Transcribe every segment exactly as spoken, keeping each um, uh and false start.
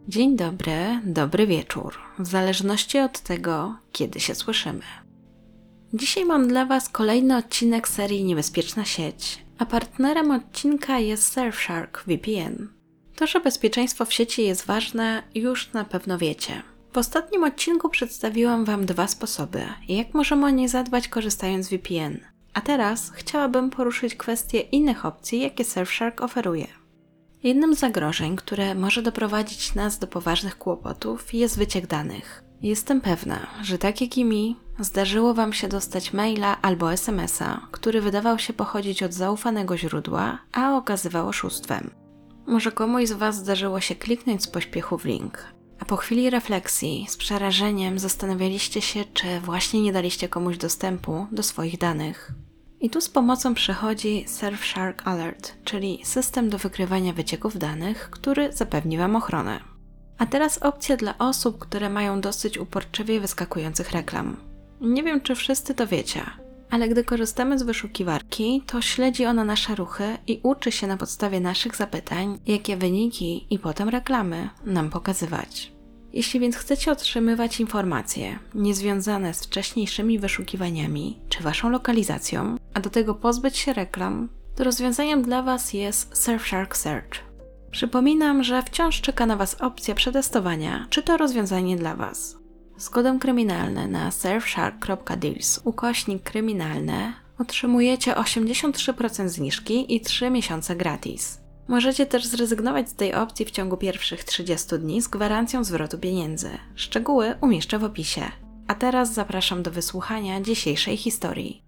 Dzień dobry, dobry wieczór, w zależności od tego, kiedy się słyszymy. Dzisiaj mam dla Was kolejny odcinek serii Niebezpieczna sieć, a partnerem odcinka jest Surfshark V P N. To, że bezpieczeństwo w sieci jest ważne, już na pewno wiecie. W ostatnim odcinku przedstawiłam Wam dwa sposoby, jak możemy o nie zadbać korzystając z V P N. A teraz chciałabym poruszyć kwestię innych opcji, jakie Surfshark oferuje. Jednym z zagrożeń, które może doprowadzić nas do poważnych kłopotów, jest wyciek danych. Jestem pewna, że tak jak i mi, zdarzyło Wam się dostać maila albo es em es a, który wydawał się pochodzić od zaufanego źródła, a okazywał oszustwem. Może komuś z Was zdarzyło się kliknąć z pośpiechu w link, a po chwili refleksji, z przerażeniem zastanawialiście się, czy właśnie nie daliście komuś dostępu do swoich danych. I tu z pomocą przychodzi Surfshark Alert, czyli system do wykrywania wycieków danych, który zapewni Wam ochronę. A teraz opcja dla osób, które mają dosyć uporczywie wyskakujących reklam. Nie wiem, czy wszyscy to wiecie, ale gdy korzystamy z wyszukiwarki, to śledzi ona nasze ruchy i uczy się na podstawie naszych zapytań, jakie wyniki i potem reklamy nam pokazywać. Jeśli więc chcecie otrzymywać informacje niezwiązane z wcześniejszymi wyszukiwaniami czy Waszą lokalizacją, a do tego pozbyć się reklam, to rozwiązaniem dla Was jest Surfshark Search. Przypominam, że wciąż czeka na Was opcja przetestowania, czy to rozwiązanie dla Was. Z kodem kryminalny na surfshark kropka deals ukośnik kryminalne otrzymujecie osiemdziesiąt trzy procent zniżki i trzy miesiące gratis. Możecie też zrezygnować z tej opcji w ciągu pierwszych trzydziestu dni z gwarancją zwrotu pieniędzy. Szczegóły umieszczę w opisie. A teraz zapraszam do wysłuchania dzisiejszej historii.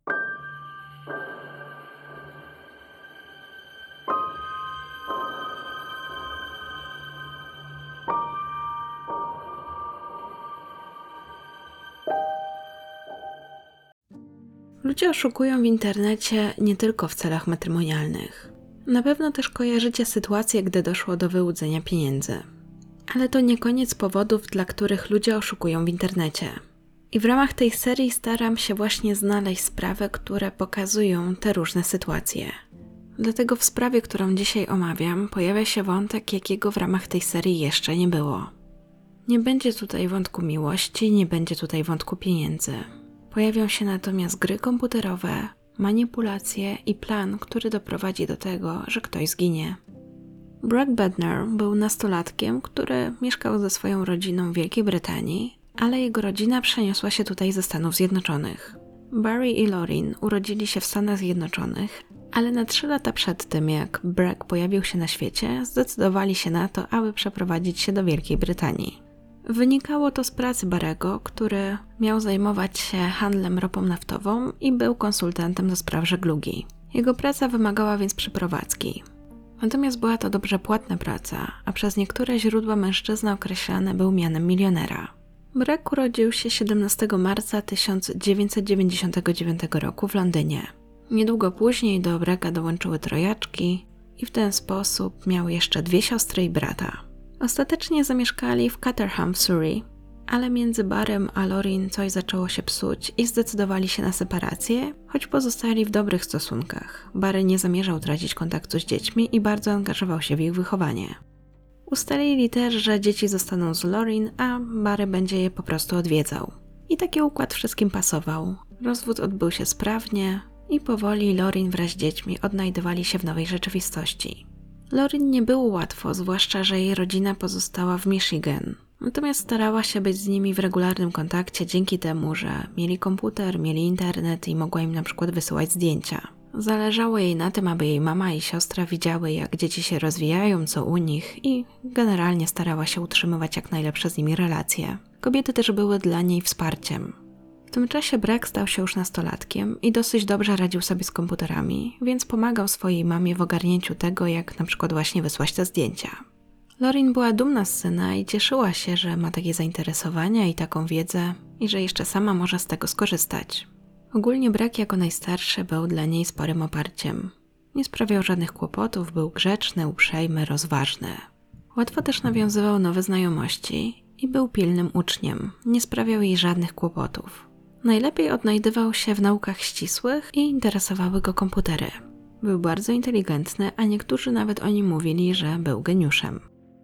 Ludzie oszukują w internecie nie tylko w celach matrymonialnych. Na pewno też kojarzycie sytuację, gdy doszło do wyłudzenia pieniędzy. Ale to nie koniec powodów, dla których ludzie oszukują w internecie. I w ramach tej serii staram się właśnie znaleźć sprawy, które pokazują te różne sytuacje. Dlatego w sprawie, którą dzisiaj omawiam, pojawia się wątek, jakiego w ramach tej serii jeszcze nie było. Nie będzie tutaj wątku miłości, nie będzie tutaj wątku pieniędzy. Pojawią się natomiast gry komputerowe, manipulacje i plan, który doprowadzi do tego, że ktoś zginie. Brock Bednar był nastolatkiem, który mieszkał ze swoją rodziną w Wielkiej Brytanii, ale jego rodzina przeniosła się tutaj ze Stanów Zjednoczonych. Barry i Lauren urodzili się w Stanach Zjednoczonych, ale na trzy lata przed tym, jak Brock pojawił się na świecie, zdecydowali się na to, aby przeprowadzić się do Wielkiej Brytanii. Wynikało to z pracy Barrego, który miał zajmować się handlem ropą naftową i był konsultantem do spraw żeglugi. Jego praca wymagała więc przeprowadzki. Natomiast była to dobrze płatna praca, a przez niektóre źródła mężczyzna określany był mianem milionera. Barrek urodził się siedemnastego marca tysiąc dziewięćset dziewięćdziesiątego dziewiątego roku w Londynie. Niedługo później do Barreka dołączyły trojaczki i w ten sposób miał jeszcze dwie siostry i brata. Ostatecznie zamieszkali w Caterham w Surrey, ale między Barrym a Lauren coś zaczęło się psuć i zdecydowali się na separację, choć pozostali w dobrych stosunkach. Barry nie zamierzał tracić kontaktu z dziećmi i bardzo angażował się w ich wychowanie. Ustalili też, że dzieci zostaną z Lauren, a Barry będzie je po prostu odwiedzał. I taki układ wszystkim pasował. Rozwód odbył się sprawnie i powoli Lauren wraz z dziećmi odnajdywali się w nowej rzeczywistości. Lauren nie było łatwo, zwłaszcza że jej rodzina pozostała w Michigan. Natomiast starała się być z nimi w regularnym kontakcie dzięki temu, że mieli komputer, mieli internet i mogła im na przykład wysyłać zdjęcia. Zależało jej na tym, aby jej mama i siostra widziały, jak dzieci się rozwijają, co u nich i generalnie starała się utrzymywać jak najlepsze z nimi relacje. Kobiety też były dla niej wsparciem. W tym czasie Brock stał się już nastolatkiem i dosyć dobrze radził sobie z komputerami, więc pomagał swojej mamie w ogarnięciu tego, jak na przykład właśnie wysłać te zdjęcia. Lauren była dumna z syna i cieszyła się, że ma takie zainteresowania i taką wiedzę i że jeszcze sama może z tego skorzystać. Ogólnie Brock jako najstarszy był dla niej sporym oparciem. Nie sprawiał żadnych kłopotów, był grzeczny, uprzejmy, rozważny. Łatwo też nawiązywał nowe znajomości i był pilnym uczniem, nie sprawiał jej żadnych kłopotów. Najlepiej odnajdywał się w naukach ścisłych i interesowały go komputery. Był bardzo inteligentny, a niektórzy nawet o nim mówili, że był geniuszem.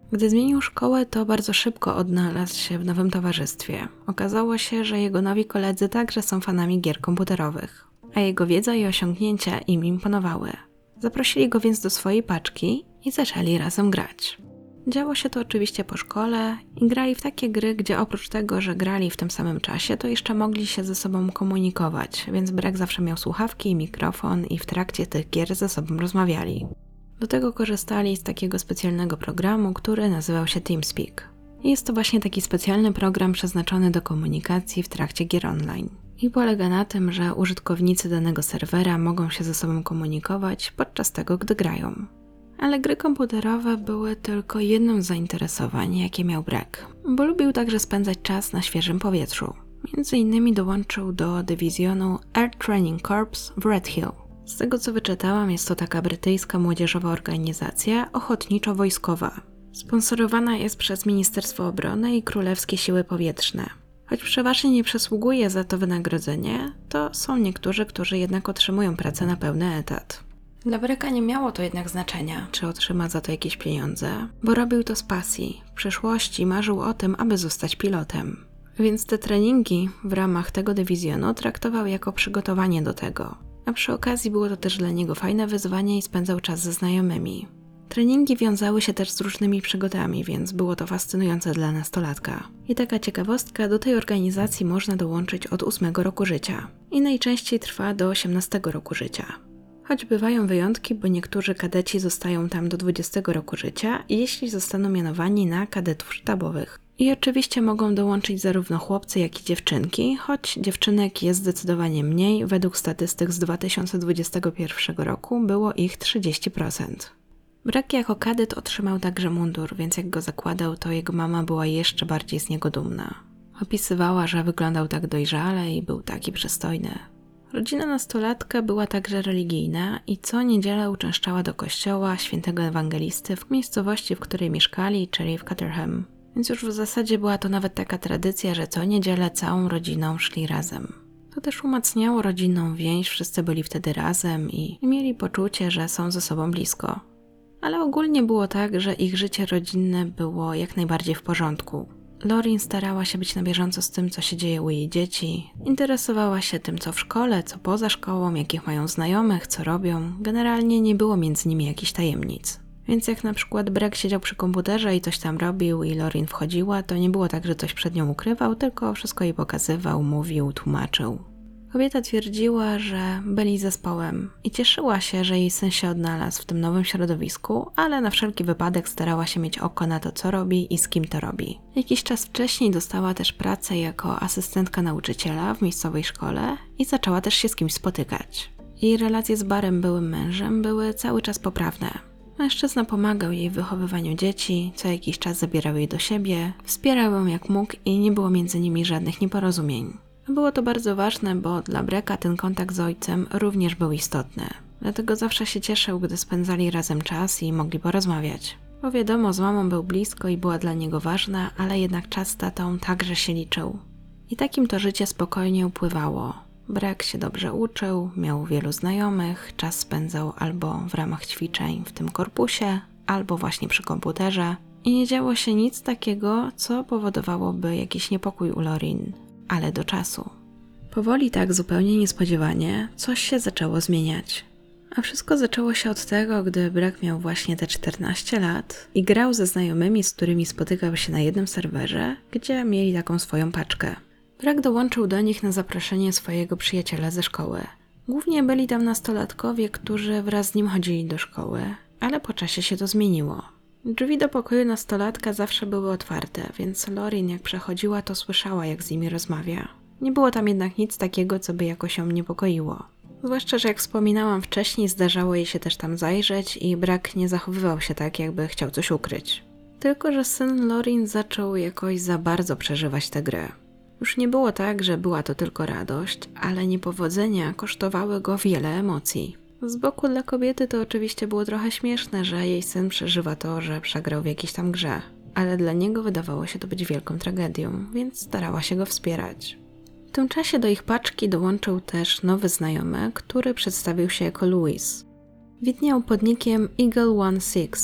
Gdy zmienił szkołę, to bardzo szybko odnalazł się w nowym towarzystwie. Okazało się, że jego nowi koledzy także są fanami gier komputerowych, a jego wiedza i osiągnięcia im imponowały. Zaprosili go więc do swojej paczki i zaczęli razem grać. Działo się to oczywiście po szkole i grali w takie gry, gdzie oprócz tego, że grali w tym samym czasie, to jeszcze mogli się ze sobą komunikować, więc Breck zawsze miał słuchawki i mikrofon i w trakcie tych gier ze sobą rozmawiali. Do tego korzystali z takiego specjalnego programu, który nazywał się TeamSpeak. Jest to właśnie taki specjalny program przeznaczony do komunikacji w trakcie gier online. I polega na tym, że użytkownicy danego serwera mogą się ze sobą komunikować podczas tego, gdy grają. Ale gry komputerowe były tylko jednym z zainteresowań, jakie miał Breck, bo lubił także spędzać czas na świeżym powietrzu. Między innymi dołączył do dywizjonu Air Training Corps w Red Hill. Z tego co wyczytałam, jest to taka brytyjska młodzieżowa organizacja ochotniczo-wojskowa. Sponsorowana jest przez Ministerstwo Obrony i Królewskie Siły Powietrzne. Choć przeważnie nie przysługuje za to wynagrodzenie, to są niektórzy, którzy jednak otrzymują pracę na pełny etat. Dla Brecka nie miało to jednak znaczenia, czy otrzyma za to jakieś pieniądze, bo robił to z pasji. W przyszłości marzył o tym, aby zostać pilotem. Więc te treningi w ramach tego dywizjonu traktował jako przygotowanie do tego. A przy okazji było to też dla niego fajne wyzwanie i spędzał czas ze znajomymi. Treningi wiązały się też z różnymi przygodami, więc było to fascynujące dla nastolatka. I taka ciekawostka, do tej organizacji można dołączyć od ósmego roku życia i najczęściej trwa do osiemnastego roku życia. Choć bywają wyjątki, bo niektórzy kadeci zostają tam do dwudziestego roku życia, jeśli zostaną mianowani na kadetów sztabowych. I oczywiście mogą dołączyć zarówno chłopcy, jak i dziewczynki, choć dziewczynek jest zdecydowanie mniej, według statystyk z dwa tysiące dwudziestego pierwszego roku było ich trzydzieści procent. Breck jako kadet otrzymał także mundur, więc jak go zakładał, to jego mama była jeszcze bardziej z niego dumna. Opisywała, że wyglądał tak dojrzale i był taki przystojny. Rodzina nastolatka była także religijna i co niedzielę uczęszczała do kościoła świętego ewangelisty w miejscowości, w której mieszkali, czyli w Caterham. Więc już w zasadzie była to nawet taka tradycja, że co niedzielę całą rodziną szli razem. To też umacniało rodzinną więź, wszyscy byli wtedy razem i mieli poczucie, że są ze sobą blisko. Ale ogólnie było tak, że ich życie rodzinne było jak najbardziej w porządku. Lorin starała się być na bieżąco z tym, co się dzieje u jej dzieci. Interesowała się tym, co w szkole, co poza szkołą, jakich mają znajomych, co robią. Generalnie nie było między nimi jakichś tajemnic. Więc jak na przykład Breck siedział przy komputerze i coś tam robił i Lorin wchodziła, to nie było tak, że coś przed nią ukrywał, tylko wszystko jej pokazywał, mówił, tłumaczył. Kobieta twierdziła, że byli zespołem i cieszyła się, że jej syn się odnalazł w tym nowym środowisku, ale na wszelki wypadek starała się mieć oko na to, co robi i z kim to robi. Jakiś czas wcześniej dostała też pracę jako asystentka nauczyciela w miejscowej szkole i zaczęła też się z kimś spotykać. Jej relacje z Barrem, byłym mężem, były cały czas poprawne. Mężczyzna pomagał jej w wychowywaniu dzieci, co jakiś czas zabierał jej do siebie, wspierał ją jak mógł i nie było między nimi żadnych nieporozumień. Było to bardzo ważne, bo dla Brecka ten kontakt z ojcem również był istotny. Dlatego zawsze się cieszył, gdy spędzali razem czas i mogli porozmawiać. Bo wiadomo, z mamą był blisko i była dla niego ważna, ale jednak czas z tatą także się liczył. I takim to życie spokojnie upływało. Breck się dobrze uczył, miał wielu znajomych, czas spędzał albo w ramach ćwiczeń w tym korpusie, albo właśnie przy komputerze. I nie działo się nic takiego, co powodowałoby jakiś niepokój u Lorin. Ale do czasu. Powoli tak zupełnie niespodziewanie coś się zaczęło zmieniać. A wszystko zaczęło się od tego, gdy Breck miał właśnie te czternaście lat i grał ze znajomymi, z którymi spotykał się na jednym serwerze, gdzie mieli taką swoją paczkę. Breck dołączył do nich na zaproszenie swojego przyjaciela ze szkoły. Głównie byli tam nastolatkowie, którzy wraz z nim chodzili do szkoły, ale po czasie się to zmieniło. Drzwi do pokoju nastolatka zawsze były otwarte, więc Lorin jak przechodziła, to słyszała, jak z nimi rozmawia. Nie było tam jednak nic takiego, co by jakoś ją niepokoiło. Zwłaszcza, że jak wspominałam wcześniej, zdarzało jej się też tam zajrzeć i Breck nie zachowywał się tak, jakby chciał coś ukryć. Tylko że syn Lorin zaczął jakoś za bardzo przeżywać tę grę. Już nie było tak, że była to tylko radość, ale niepowodzenia kosztowały go wiele emocji. Z boku dla kobiety to oczywiście było trochę śmieszne, że jej syn przeżywa to, że przegrał w jakiejś tam grze, ale dla niego wydawało się to być wielką tragedią, więc starała się go wspierać. W tym czasie do ich paczki dołączył też nowy znajomy, który przedstawił się jako Louis. Widniał pod nickiem Eagle One Six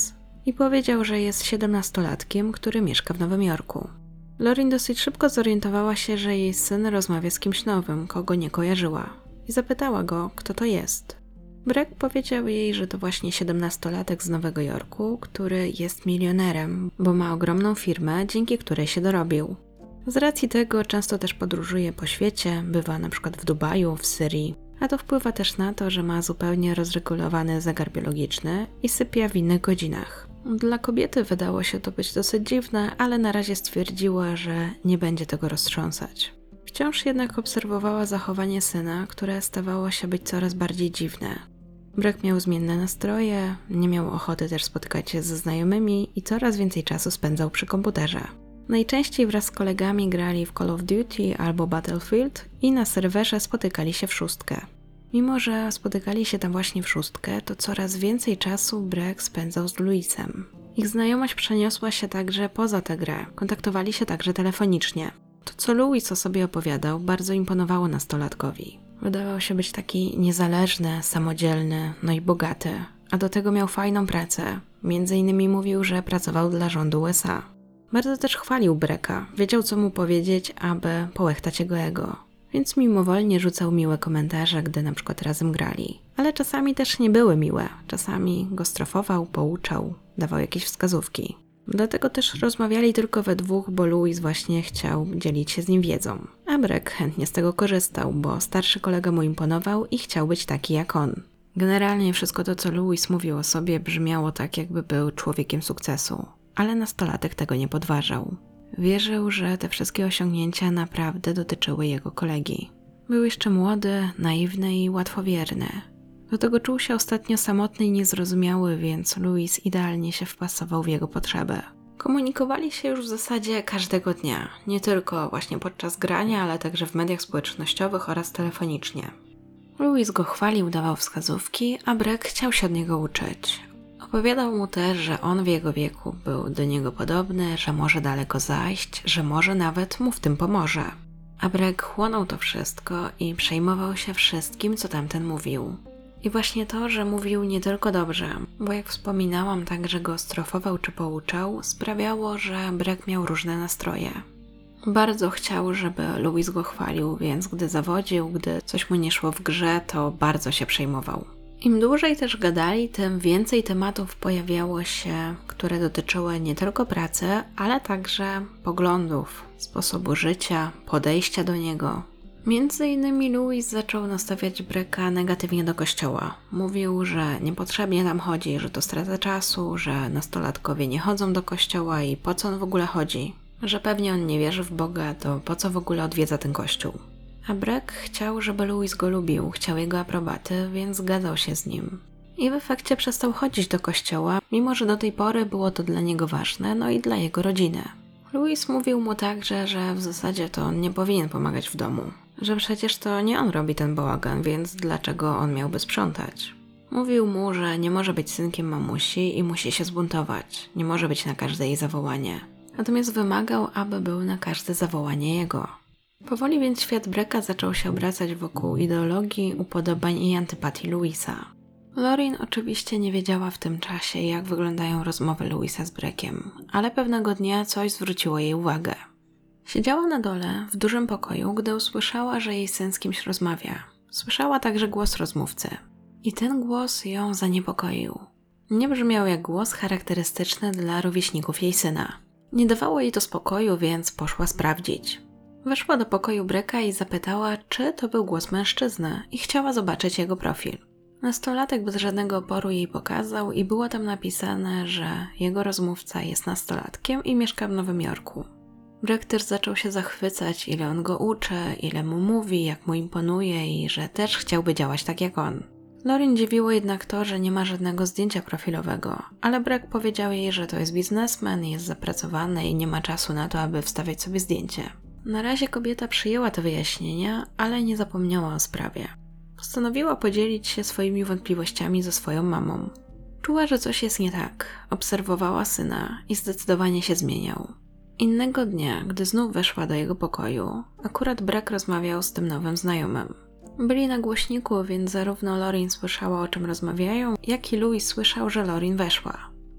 i powiedział, że jest siedemnastolatkiem, który mieszka w Nowym Jorku. Lauren dosyć szybko zorientowała się, że jej syn rozmawia z kimś nowym, kogo nie kojarzyła, i zapytała go, kto to jest. Breck powiedział jej, że to właśnie siedemnastolatek z Nowego Jorku, który jest milionerem, bo ma ogromną firmę, dzięki której się dorobił. Z racji tego często też podróżuje po świecie, bywa na przykład w Dubaju, w Syrii, a to wpływa też na to, że ma zupełnie rozregulowany zegar biologiczny i sypia w innych godzinach. Dla kobiety wydało się to być dosyć dziwne, ale na razie stwierdziła, że nie będzie tego roztrząsać. Wciąż jednak obserwowała zachowanie syna, które stawało się być coraz bardziej dziwne. Breck miał zmienne nastroje, nie miał ochoty też spotykać się ze znajomymi i coraz więcej czasu spędzał przy komputerze. Najczęściej wraz z kolegami grali w Call of Duty albo Battlefield i na serwerze spotykali się w szóstkę. Mimo że spotykali się tam właśnie w szóstkę, to coraz więcej czasu Breck spędzał z Louisem. Ich znajomość przeniosła się także poza tę grę, kontaktowali się także telefonicznie. To, co Louis o sobie opowiadał, bardzo imponowało nastolatkowi. Wydawał się być taki niezależny, samodzielny, no i bogaty, a do tego miał fajną pracę. Między innymi mówił, że pracował dla rządu U S A. Bardzo też chwalił Brecka, wiedział co mu powiedzieć, aby połechtać jego ego. Więc mimowolnie rzucał miłe komentarze, gdy na przykład razem grali. Ale czasami też nie były miłe, czasami go strofował, pouczał, dawał jakieś wskazówki. Dlatego też rozmawiali tylko we dwóch, bo Louis właśnie chciał dzielić się z nim wiedzą. A Breck chętnie z tego korzystał, bo starszy kolega mu imponował i chciał być taki jak on. Generalnie wszystko to, co Louis mówił o sobie, brzmiało tak, jakby był człowiekiem sukcesu. Ale nastolatek tego nie podważał. Wierzył, że te wszystkie osiągnięcia naprawdę dotyczyły jego kolegi. Był jeszcze młody, naiwny i łatwowierny. Do tego czuł się ostatnio samotny i niezrozumiały, więc Louis idealnie się wpasował w jego potrzeby. Komunikowali się już w zasadzie każdego dnia, nie tylko właśnie podczas grania, ale także w mediach społecznościowych oraz telefonicznie. Louis go chwalił, dawał wskazówki, a Breck chciał się od niego uczyć. Opowiadał mu też, że on w jego wieku był do niego podobny, że może daleko zajść, że może nawet mu w tym pomoże. A Breck chłonął to wszystko i przejmował się wszystkim, co tamten mówił. I właśnie to, że mówił nie tylko dobrze, bo jak wspominałam, także go strofował czy pouczał, sprawiało, że Breck miał różne nastroje. Bardzo chciał, żeby Louis go chwalił, więc gdy zawodził, gdy coś mu nie szło w grze, to bardzo się przejmował. Im dłużej też gadali, tym więcej tematów pojawiało się, które dotyczyły nie tylko pracy, ale także poglądów, sposobu życia, podejścia do niego. Między innymi Louis zaczął nastawiać Brecka negatywnie do kościoła. Mówił, że niepotrzebnie tam chodzi, że to strata czasu, że nastolatkowie nie chodzą do kościoła i po co on w ogóle chodzi. Że pewnie on nie wierzy w Boga, to po co w ogóle odwiedza ten kościół. A Breck chciał, żeby Louis go lubił, chciał jego aprobaty, więc zgadzał się z nim. I w efekcie przestał chodzić do kościoła, mimo że do tej pory było to dla niego ważne, no i dla jego rodziny. Louis mówił mu także, że w zasadzie to on nie powinien pomagać w domu. Że przecież to nie on robi ten bałagan, więc dlaczego on miałby sprzątać? Mówił mu, że nie może być synkiem mamusi i musi się zbuntować. Nie może być na każde jej zawołanie. Natomiast wymagał, aby był na każde zawołanie jego. Powoli więc świat Brecka zaczął się obracać wokół ideologii, upodobań i antypatii Louisa. Lauren oczywiście nie wiedziała w tym czasie, jak wyglądają rozmowy Louisa z Breckiem, ale pewnego dnia coś zwróciło jej uwagę. Siedziała na dole, w dużym pokoju, gdy usłyszała, że jej syn z kimś rozmawia. Słyszała także głos rozmówcy. I ten głos ją zaniepokoił. Nie brzmiał jak głos charakterystyczny dla rówieśników jej syna. Nie dawało jej to spokoju, więc poszła sprawdzić. Weszła do pokoju Brecka i zapytała, czy to był głos mężczyzny i chciała zobaczyć jego profil. Nastolatek bez żadnego oporu jej pokazał i było tam napisane, że jego rozmówca jest nastolatkiem i mieszka w Nowym Jorku. Breck też zaczął się zachwycać, ile on go uczy, ile mu mówi, jak mu imponuje i że też chciałby działać tak jak on. Lauren dziwiło jednak to, że nie ma żadnego zdjęcia profilowego, ale Breck powiedział jej, że to jest biznesmen, jest zapracowany i nie ma czasu na to, aby wstawiać sobie zdjęcie. Na razie kobieta przyjęła te wyjaśnienia, ale nie zapomniała o sprawie. Postanowiła podzielić się swoimi wątpliwościami ze swoją mamą. Czuła, że coś jest nie tak, obserwowała syna i zdecydowanie się zmieniał. Innego dnia, gdy znów weszła do jego pokoju, akurat Breck rozmawiał z tym nowym znajomym. Byli na głośniku, więc zarówno Lauren słyszała, o czym rozmawiają, jak i Louis słyszał, że Lauren weszła.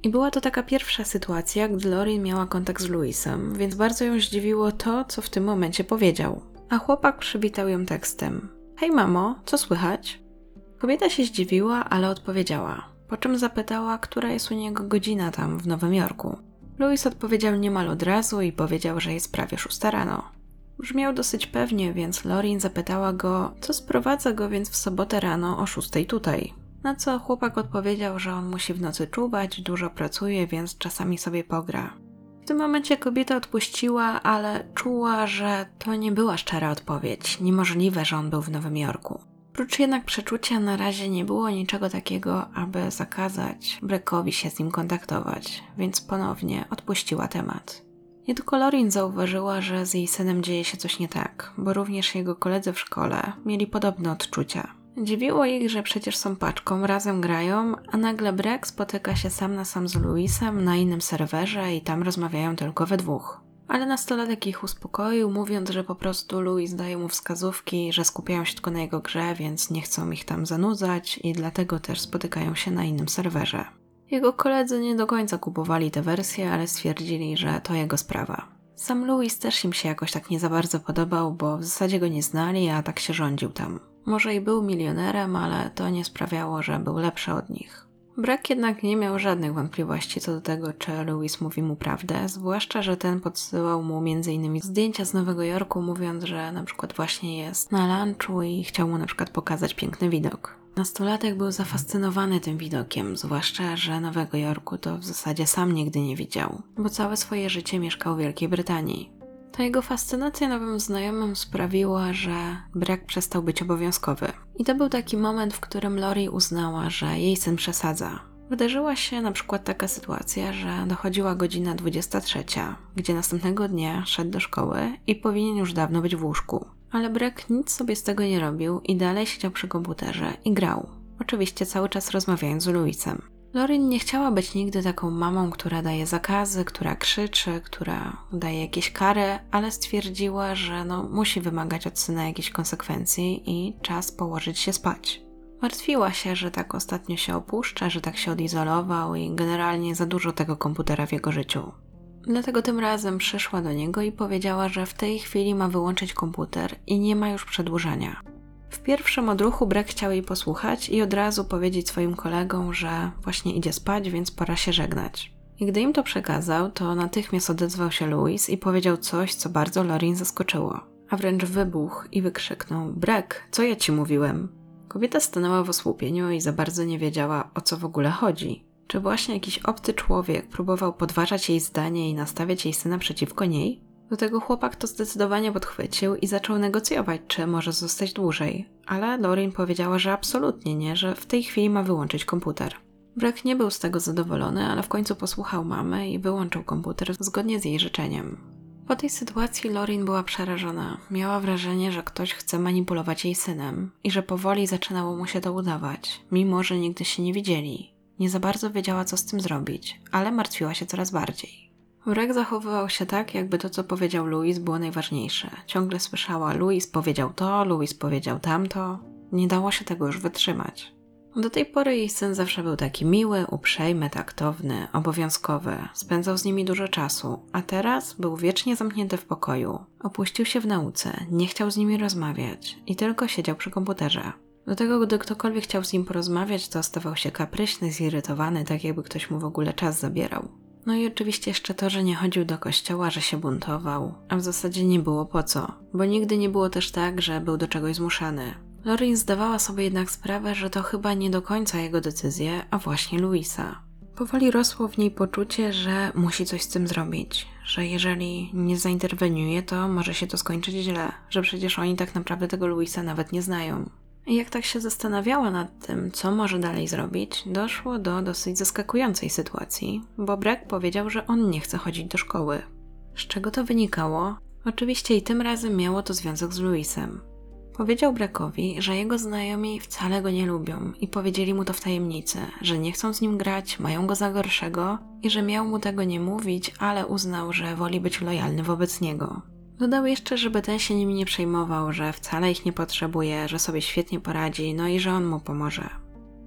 I była to taka pierwsza sytuacja, gdy Lorin miała kontakt z Louisem, więc bardzo ją zdziwiło to, co w tym momencie powiedział. A chłopak przywitał ją tekstem: hej mamo, co słychać? Kobieta się zdziwiła, ale odpowiedziała, po czym zapytała, która jest u niego godzina tam w Nowym Jorku. Louis odpowiedział niemal od razu i powiedział, że jest prawie szósta rano. Brzmiał dosyć pewnie, więc Lorin zapytała go, co sprowadza go więc w sobotę rano o szóstej tutaj. Na co chłopak odpowiedział, że on musi w nocy czuwać, dużo pracuje, więc czasami sobie pogra. W tym momencie kobieta odpuściła, ale czuła, że to nie była szczera odpowiedź. Niemożliwe, że on był w Nowym Jorku. Prócz jednak przeczucia na razie nie było niczego takiego, aby zakazać Brackowi się z nim kontaktować, więc ponownie odpuściła temat. Nie tylko Lorin zauważyła, że z jej synem dzieje się coś nie tak, bo również jego koledzy w szkole mieli podobne odczucia. Dziwiło ich, że przecież są paczką, razem grają, a nagle Brack spotyka się sam na sam z Louisem na innym serwerze i tam rozmawiają tylko we dwóch. Ale nastolatek ich uspokoił, mówiąc, że po prostu Louis daje mu wskazówki, że skupiają się tylko na jego grze, więc nie chcą ich tam zanudzać i dlatego też spotykają się na innym serwerze. Jego koledzy nie do końca kupowali tę wersję, ale stwierdzili, że to jego sprawa. Sam Louis też im się jakoś tak nie za bardzo podobał, bo w zasadzie go nie znali, a tak się rządził tam. Może i był milionerem, ale to nie sprawiało, że był lepszy od nich. Brack jednak nie miał żadnych wątpliwości co do tego, czy Louis mówi mu prawdę, zwłaszcza, że ten podsyłał mu między innymi zdjęcia z Nowego Jorku, mówiąc, że na przykład właśnie jest na lunchu i chciał mu na przykład pokazać piękny widok. Nastolatek był zafascynowany tym widokiem, zwłaszcza, że Nowego Jorku to w zasadzie sam nigdy nie widział, bo całe swoje życie mieszkał w Wielkiej Brytanii. Ta jego fascynacja nowym znajomym sprawiła, że Brack przestał być obowiązkowy. I to był taki moment, w którym Lori uznała, że jej syn przesadza. Wydarzyła się na przykład taka sytuacja, że dochodziła godzina dwudziesta trzecia, gdzie następnego dnia szedł do szkoły i powinien już dawno być w łóżku. Ale Brack nic sobie z tego nie robił i dalej siedział przy komputerze i grał. Oczywiście cały czas rozmawiając z Louisem. Lorin nie chciała być nigdy taką mamą, która daje zakazy, która krzyczy, która daje jakieś kary, ale stwierdziła, że no, musi wymagać od syna jakichś konsekwencji i czas położyć się spać. Martwiła się, że tak ostatnio się opuszcza, że tak się odizolował i generalnie za dużo tego komputera w jego życiu. Dlatego tym razem przyszła do niego i powiedziała, że w tej chwili ma wyłączyć komputer i nie ma już przedłużania. W pierwszym odruchu Brack chciał jej posłuchać i od razu powiedzieć swoim kolegom, że właśnie idzie spać, więc pora się żegnać. I gdy im to przekazał, to natychmiast odezwał się Louis i powiedział coś, co bardzo Lorin zaskoczyło. A wręcz wybuchł i wykrzyknął: Brack, co ja ci mówiłem? Kobieta stanęła w osłupieniu i za bardzo nie wiedziała, o co w ogóle chodzi. Czy właśnie jakiś obcy człowiek próbował podważać jej zdanie i nastawiać jej syna przeciwko niej? Do tego chłopak to zdecydowanie podchwycił i zaczął negocjować, czy może zostać dłużej. Ale Lorin powiedziała, że absolutnie nie, że w tej chwili ma wyłączyć komputer. Brack nie był z tego zadowolony, ale w końcu posłuchał mamy i wyłączył komputer zgodnie z jej życzeniem. Po tej sytuacji Lorin była przerażona. Miała wrażenie, że ktoś chce manipulować jej synem i że powoli zaczynało mu się to udawać, mimo że nigdy się nie widzieli. Nie za bardzo wiedziała, co z tym zrobić, ale martwiła się coraz bardziej. Brack zachowywał się tak, jakby to, co powiedział Louis, było najważniejsze. Ciągle słyszała: Louis powiedział to, Louis powiedział tamto. Nie dało się tego już wytrzymać. Do tej pory jej syn zawsze był taki miły, uprzejmy, taktowny, obowiązkowy. Spędzał z nimi dużo czasu, a teraz był wiecznie zamknięty w pokoju. Opuścił się w nauce, nie chciał z nimi rozmawiać i tylko siedział przy komputerze. Do tego, gdy ktokolwiek chciał z nim porozmawiać, to stawał się kapryśny, zirytowany, tak jakby ktoś mu w ogóle czas zabierał. No i oczywiście jeszcze to, że nie chodził do kościoła, że się buntował, a w zasadzie nie było po co, bo nigdy nie było też tak, że był do czegoś zmuszany. Lorin zdawała sobie jednak sprawę, że to chyba nie do końca jego decyzje, a właśnie Louisa. Powoli rosło w niej poczucie, że musi coś z tym zrobić, że jeżeli nie zainterweniuje, to może się to skończyć źle, że przecież oni tak naprawdę tego Louisa nawet nie znają. I jak tak się zastanawiała nad tym, co może dalej zrobić, doszło do dosyć zaskakującej sytuacji, bo Brack powiedział, że on nie chce chodzić do szkoły. Z czego to wynikało? Oczywiście i tym razem miało to związek z Louisem. Powiedział Brackowi, że jego znajomi wcale go nie lubią i powiedzieli mu to w tajemnicy, że nie chcą z nim grać, mają go za gorszego i że miał mu tego nie mówić, ale uznał, że woli być lojalny wobec niego. Dodał jeszcze, żeby ten się nimi nie przejmował, że wcale ich nie potrzebuje, że sobie świetnie poradzi, no i że on mu pomoże.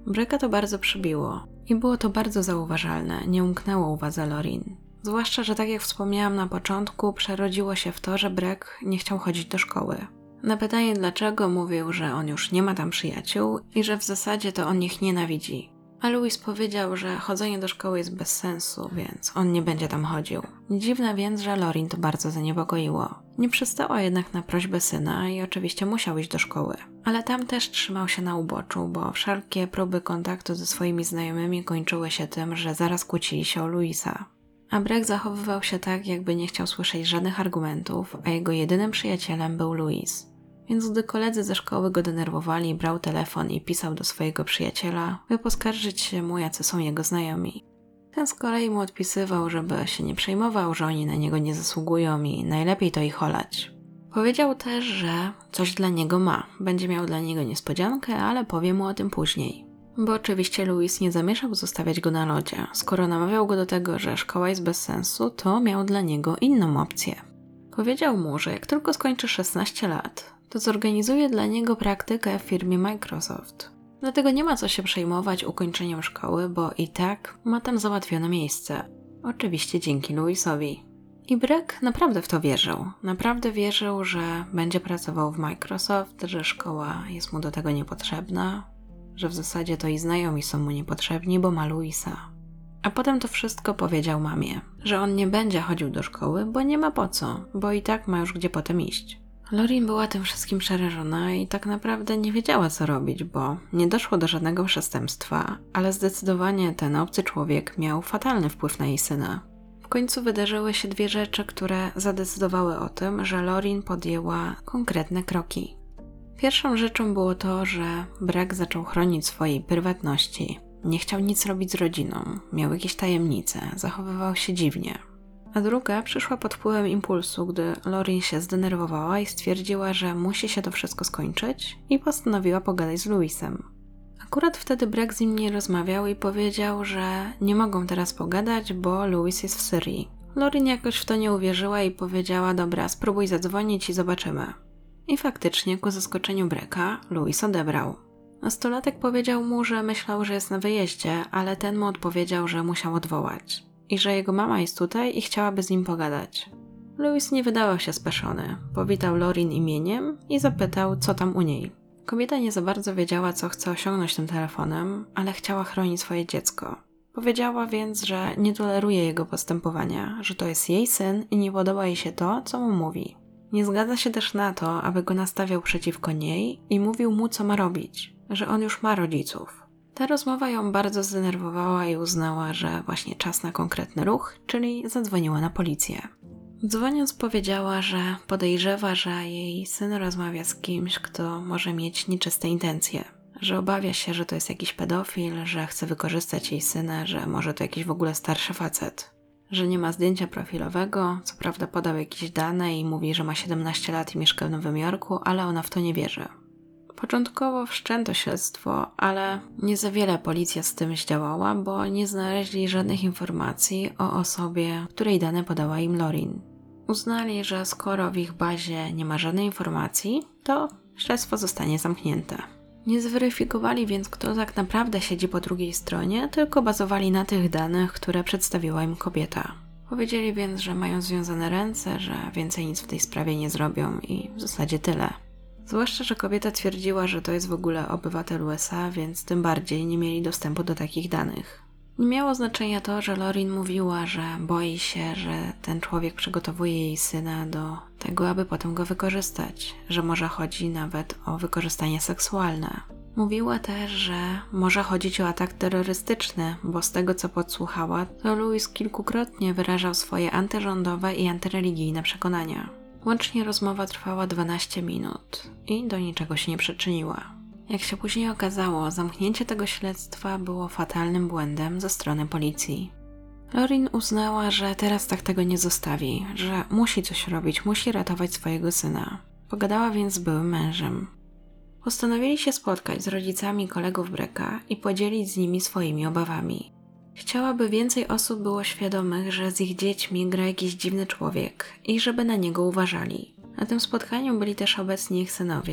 Brecka to bardzo przybiło i było to bardzo zauważalne, nie umknęło uwadze Lorin. Zwłaszcza, że tak jak wspomniałam na początku, przerodziło się w to, że Breck nie chciał chodzić do szkoły. Na pytanie dlaczego mówił, że on już nie ma tam przyjaciół i że w zasadzie to on ich nienawidzi. A Louis powiedział, że chodzenie do szkoły jest bez sensu, więc on nie będzie tam chodził. Nie dziwne więc, że Lorin to bardzo zaniepokoiło. Nie przystała jednak na prośbę syna i oczywiście musiał iść do szkoły. Ale tam też trzymał się na uboczu, bo wszelkie próby kontaktu ze swoimi znajomymi kończyły się tym, że zaraz kłócili się o Louisa. A Breck zachowywał się tak, jakby nie chciał słyszeć żadnych argumentów, a jego jedynym przyjacielem był Louis. Więc gdy koledzy ze szkoły go denerwowali, brał telefon i pisał do swojego przyjaciela, by poskarżyć się mu, jacy są jego znajomi. Ten z kolei mu odpisywał, żeby się nie przejmował, że oni na niego nie zasługują i najlepiej to ich olać. Powiedział też, że coś dla niego ma, będzie miał dla niego niespodziankę, ale powie mu o tym później. Bo oczywiście Louis nie zamierzał zostawiać go na lodzie. Skoro namawiał go do tego, że szkoła jest bez sensu, to miał dla niego inną opcję. Powiedział mu, że jak tylko skończy szesnaście lat, to zorganizuje dla niego praktykę w firmie Microsoft. Dlatego nie ma co się przejmować ukończeniem szkoły, bo i tak ma tam załatwione miejsce. Oczywiście dzięki Louisowi. I Breck naprawdę w to wierzył. Naprawdę wierzył, że będzie pracował w Microsoft, że szkoła jest mu do tego niepotrzebna, że w zasadzie to i znajomi są mu niepotrzebni, bo ma Louisa. A potem to wszystko powiedział mamie, że on nie będzie chodził do szkoły, bo nie ma po co, bo i tak ma już gdzie potem iść. Lorin była tym wszystkim przerażona i tak naprawdę nie wiedziała co robić, bo nie doszło do żadnego przestępstwa, ale zdecydowanie ten obcy człowiek miał fatalny wpływ na jej syna. W końcu wydarzyły się dwie rzeczy, które zadecydowały o tym, że Lorin podjęła konkretne kroki. Pierwszą rzeczą było to, że Breck zaczął chronić swojej prywatności. Nie chciał nic robić z rodziną, miał jakieś tajemnice, zachowywał się dziwnie. A druga przyszła pod wpływem impulsu, gdy Lorin się zdenerwowała i stwierdziła, że musi się to wszystko skończyć i postanowiła pogadać z Louisem. Akurat wtedy Breck z nim nie rozmawiał i powiedział, że nie mogą teraz pogadać, bo Louis jest w Syrii. Lorin jakoś w to nie uwierzyła i powiedziała, dobra, spróbuj zadzwonić i zobaczymy. I faktycznie, ku zaskoczeniu Brecka, Louis odebrał. Nastolatek powiedział mu, że myślał, że jest na wyjeździe, ale ten mu odpowiedział, że musiał odwołać i że jego mama jest tutaj i chciałaby z nim pogadać. Louis nie wydawał się speszony, powitał Lorin imieniem i zapytał, co tam u niej. Kobieta nie za bardzo wiedziała, co chce osiągnąć tym telefonem, ale chciała chronić swoje dziecko. Powiedziała więc, że nie toleruje jego postępowania, że to jest jej syn i nie podoba jej się to, co mu mówi. Nie zgadza się też na to, aby go nastawiał przeciwko niej i mówił mu, co ma robić, że on już ma rodziców. Ta rozmowa ją bardzo zdenerwowała i uznała, że właśnie czas na konkretny ruch, czyli zadzwoniła na policję. Dzwoniąc powiedziała, że podejrzewa, że jej syn rozmawia z kimś, kto może mieć nieczyste intencje, że obawia się, że to jest jakiś pedofil, że chce wykorzystać jej syna, że może to jakiś w ogóle starszy facet, że nie ma zdjęcia profilowego, co prawda podał jakieś dane i mówi, że ma siedemnaście lat i mieszka w Nowym Jorku, ale ona w to nie wierzy. Początkowo wszczęto śledztwo, ale nie za wiele policja z tym zdziałała, bo nie znaleźli żadnych informacji o osobie, której dane podała im Lorin. Uznali, że skoro w ich bazie nie ma żadnej informacji, to śledztwo zostanie zamknięte. Nie zweryfikowali więc, kto tak naprawdę siedzi po drugiej stronie, tylko bazowali na tych danych, które przedstawiła im kobieta. Powiedzieli więc, że mają związane ręce, że więcej nic w tej sprawie nie zrobią i w zasadzie tyle. Zwłaszcza, że kobieta twierdziła, że to jest w ogóle obywatel U S A, więc tym bardziej nie mieli dostępu do takich danych. Nie miało znaczenia to, że Lorin mówiła, że boi się, że ten człowiek przygotowuje jej syna do tego, aby potem go wykorzystać, że może chodzi nawet o wykorzystanie seksualne. Mówiła też, że może chodzić o atak terrorystyczny, bo z tego co podsłuchała, to Louis kilkukrotnie wyrażał swoje antyrządowe i antyreligijne przekonania. Łącznie rozmowa trwała dwanaście minut i do niczego się nie przyczyniła. Jak się później okazało, zamknięcie tego śledztwa było fatalnym błędem ze strony policji. Lorin uznała, że teraz tak tego nie zostawi, że musi coś robić, musi ratować swojego syna. Pogadała więc z byłym mężem. Postanowili się spotkać z rodzicami kolegów Brecka i podzielić z nimi swoimi obawami. Chciałaby więcej osób było świadomych, że z ich dziećmi gra jakiś dziwny człowiek i żeby na niego uważali. Na tym spotkaniu byli też obecni ich synowie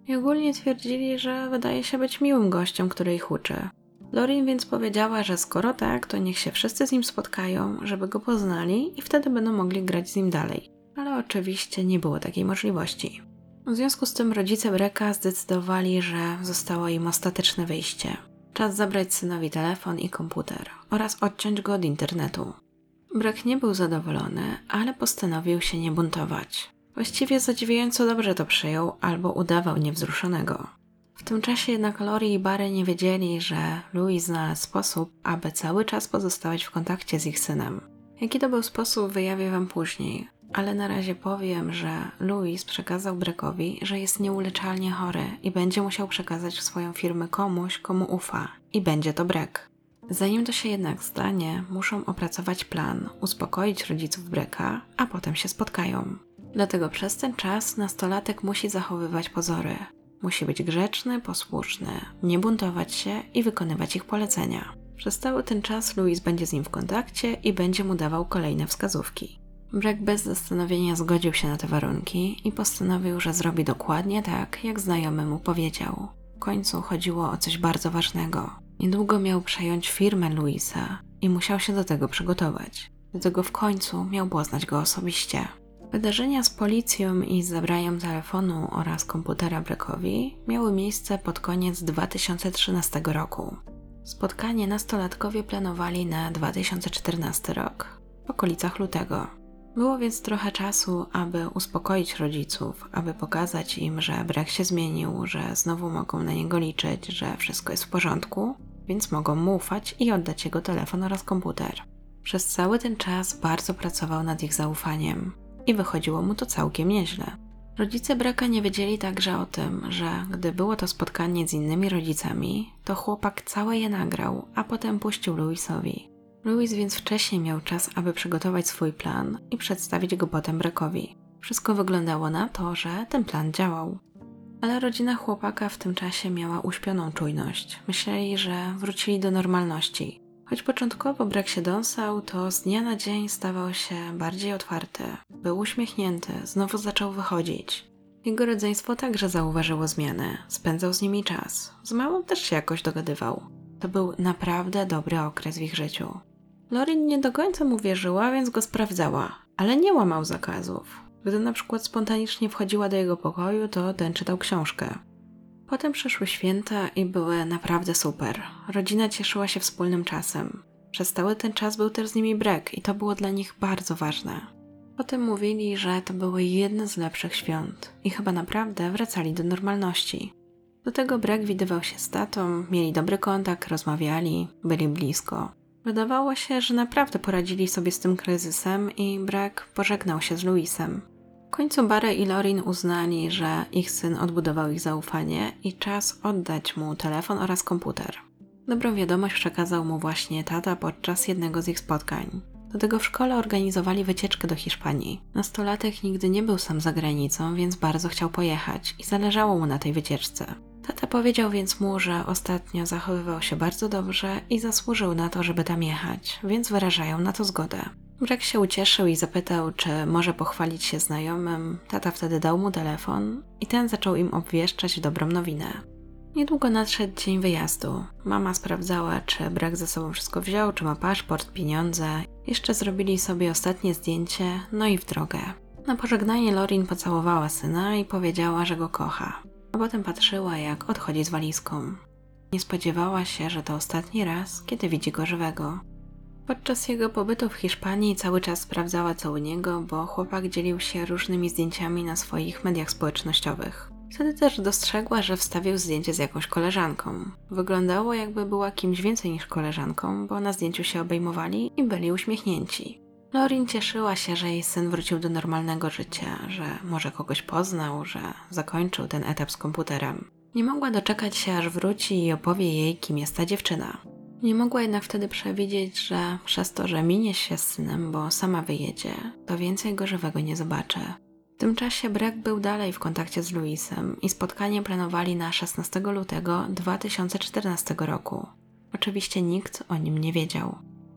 i ogólnie twierdzili, że wydaje się być miłym gościem, który ich uczy. Lorin więc powiedziała, że skoro tak, to niech się wszyscy z nim spotkają, żeby go poznali i wtedy będą mogli grać z nim dalej. Ale oczywiście nie było takiej możliwości. W związku z tym rodzice Brecka zdecydowali, że zostało im ostateczne wyjście. Czas zabrać synowi telefon i komputer oraz odciąć go od internetu. Breck nie był zadowolony, ale postanowił się nie buntować. Właściwie zadziwiająco dobrze to przyjął albo udawał niewzruszonego. W tym czasie jednak Lori i Barry nie wiedzieli, że Louis znalazł sposób, aby cały czas pozostawać w kontakcie z ich synem. Jaki to był sposób, wyjawię wam później, ale na razie powiem, że Louis przekazał Breckowi, że jest nieuleczalnie chory i będzie musiał przekazać swoją firmę komuś, komu ufa. I będzie to Breck. Zanim to się jednak stanie, muszą opracować plan, uspokoić rodziców Brecka, a potem się spotkają. Dlatego przez ten czas nastolatek musi zachowywać pozory. Musi być grzeczny, posłuszny, nie buntować się i wykonywać ich polecenia. Przez cały ten czas Louis będzie z nim w kontakcie i będzie mu dawał kolejne wskazówki. Breck bez zastanowienia zgodził się na te warunki i postanowił, że zrobi dokładnie tak, jak znajomy mu powiedział. W końcu chodziło o coś bardzo ważnego. Niedługo miał przejąć firmę Louisa i musiał się do tego przygotować. Dlatego w końcu miał poznać go osobiście. Wydarzenia z policją i z zabraniem telefonu oraz komputera Breckowi miały miejsce pod koniec dwa tysiące trzynastego roku. Spotkanie nastolatkowie planowali na dwa tysiące czternasty rok, w okolicach lutego. Było więc trochę czasu, aby uspokoić rodziców, aby pokazać im, że Breck się zmienił, że znowu mogą na niego liczyć, że wszystko jest w porządku, więc mogą mu ufać i oddać jego telefon oraz komputer. Przez cały ten czas bardzo pracował nad ich zaufaniem i wychodziło mu to całkiem nieźle. Rodzice Brecka nie wiedzieli także o tym, że gdy było to spotkanie z innymi rodzicami, to chłopak całe je nagrał, a potem puścił Louisowi. Louis więc wcześniej miał czas, aby przygotować swój plan i przedstawić go potem Breckowi. Wszystko wyglądało na to, że ten plan działał. Ale rodzina chłopaka w tym czasie miała uśpioną czujność. Myśleli, że wrócili do normalności. Choć początkowo Breck się dąsał, to z dnia na dzień stawał się bardziej otwarty. Był uśmiechnięty, znowu zaczął wychodzić. Jego rodzeństwo także zauważyło zmiany. Spędzał z nimi czas. Z mamą też się jakoś dogadywał. To był naprawdę dobry okres w ich życiu. Lorin nie do końca mu wierzyła, więc go sprawdzała, ale nie łamał zakazów. Gdy na przykład spontanicznie wchodziła do jego pokoju, to ten czytał książkę. Potem przyszły święta i były naprawdę super. Rodzina cieszyła się wspólnym czasem. Przez cały ten czas był też z nimi Breck i to było dla nich bardzo ważne. Potem mówili, że to były jedne z lepszych świąt i chyba naprawdę wracali do normalności. Do tego Breck widywał się z tatą, mieli dobry kontakt, rozmawiali, byli blisko. Wydawało się, że naprawdę poradzili sobie z tym kryzysem i Breck pożegnał się z Louisem. W końcu Barry i Lorin uznali, że ich syn odbudował ich zaufanie i czas oddać mu telefon oraz komputer. Dobrą wiadomość przekazał mu właśnie tata podczas jednego z ich spotkań. Do tego w szkole organizowali wycieczkę do Hiszpanii. Nastolatek nigdy nie był sam za granicą, więc bardzo chciał pojechać i zależało mu na tej wycieczce. Tata powiedział więc mu, że ostatnio zachowywał się bardzo dobrze i zasłużył na to, żeby tam jechać, więc wyrażają na to zgodę. Breck się ucieszył i zapytał, czy może pochwalić się znajomym. Tata wtedy dał mu telefon i ten zaczął im obwieszczać dobrą nowinę. Niedługo nadszedł dzień wyjazdu. Mama sprawdzała, czy Breck ze sobą wszystko wziął, czy ma paszport, pieniądze. Jeszcze zrobili sobie ostatnie zdjęcie, no i w drogę. Na pożegnanie Lorin pocałowała syna i powiedziała, że go kocha. A potem patrzyła, jak odchodzi z walizką. Nie spodziewała się, że to ostatni raz, kiedy widzi go żywego. Podczas jego pobytu w Hiszpanii cały czas sprawdzała co u niego, bo chłopak dzielił się różnymi zdjęciami na swoich mediach społecznościowych. Wtedy też dostrzegła, że wstawił zdjęcie z jakąś koleżanką. Wyglądało, jakby była kimś więcej niż koleżanką, bo na zdjęciu się obejmowali i byli uśmiechnięci. Lorin cieszyła się, że jej syn wrócił do normalnego życia, że może kogoś poznał, że zakończył ten etap z komputerem. Nie mogła doczekać się, aż wróci i opowie jej, kim jest ta dziewczyna. Nie mogła jednak wtedy przewidzieć, że przez to, że minie się z synem, bo sama wyjedzie, to więcej go żywego nie zobaczy. W tym czasie Breck był dalej w kontakcie z Louisem i spotkanie planowali na szesnastego lutego dwa tysiące czternastego roku. Oczywiście nikt o nim nie wiedział.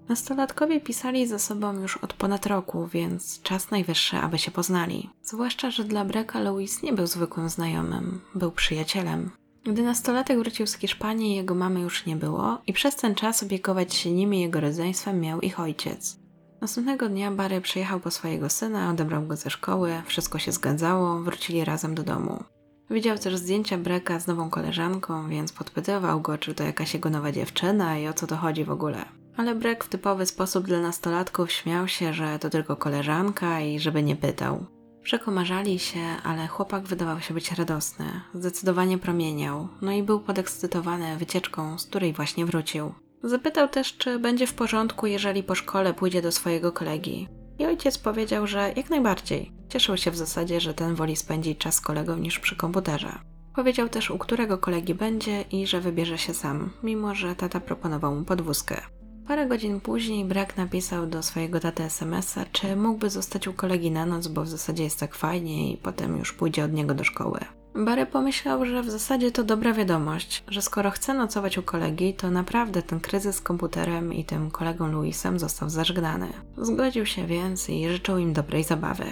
Nastolatkowie pisali ze sobą już od ponad roku, więc czas najwyższy, aby się poznali. Zwłaszcza, że dla Brecka Louis nie był zwykłym znajomym, był przyjacielem. Gdy nastolatek wrócił z Hiszpanii, jego mamy już nie było i przez ten czas opiekować się nim i jego rodzeństwem miał ich ojciec. Następnego dnia Barry przyjechał po swojego syna, odebrał go ze szkoły, wszystko się zgadzało, wrócili razem do domu. Widział też zdjęcia Brecka z nową koleżanką, więc podpytywał go, czy to jakaś jego nowa dziewczyna i o co to chodzi w ogóle. Ale Breck w typowy sposób dla nastolatków śmiał się, że to tylko koleżanka i żeby nie pytał. Przekomarzali się, ale chłopak wydawał się być radosny, zdecydowanie promieniał, no i był podekscytowany wycieczką, z której właśnie wrócił. Zapytał też, czy będzie w porządku, jeżeli po szkole pójdzie do swojego kolegi. I ojciec powiedział, że jak najbardziej. Cieszył się w zasadzie, że ten woli spędzić czas z kolegą niż przy komputerze. Powiedział też, u którego kolegi będzie i że wybierze się sam, mimo że tata proponował mu podwózkę. Parę godzin później Breck napisał do swojego taty es em es a, czy mógłby zostać u kolegi na noc, bo w zasadzie jest tak fajnie i potem już pójdzie od niego do szkoły. Barry pomyślał, że w zasadzie to dobra wiadomość, że skoro chce nocować u kolegi, to naprawdę ten kryzys z komputerem i tym kolegą Louisem został zażegnany. Zgodził się więc i życzył im dobrej zabawy.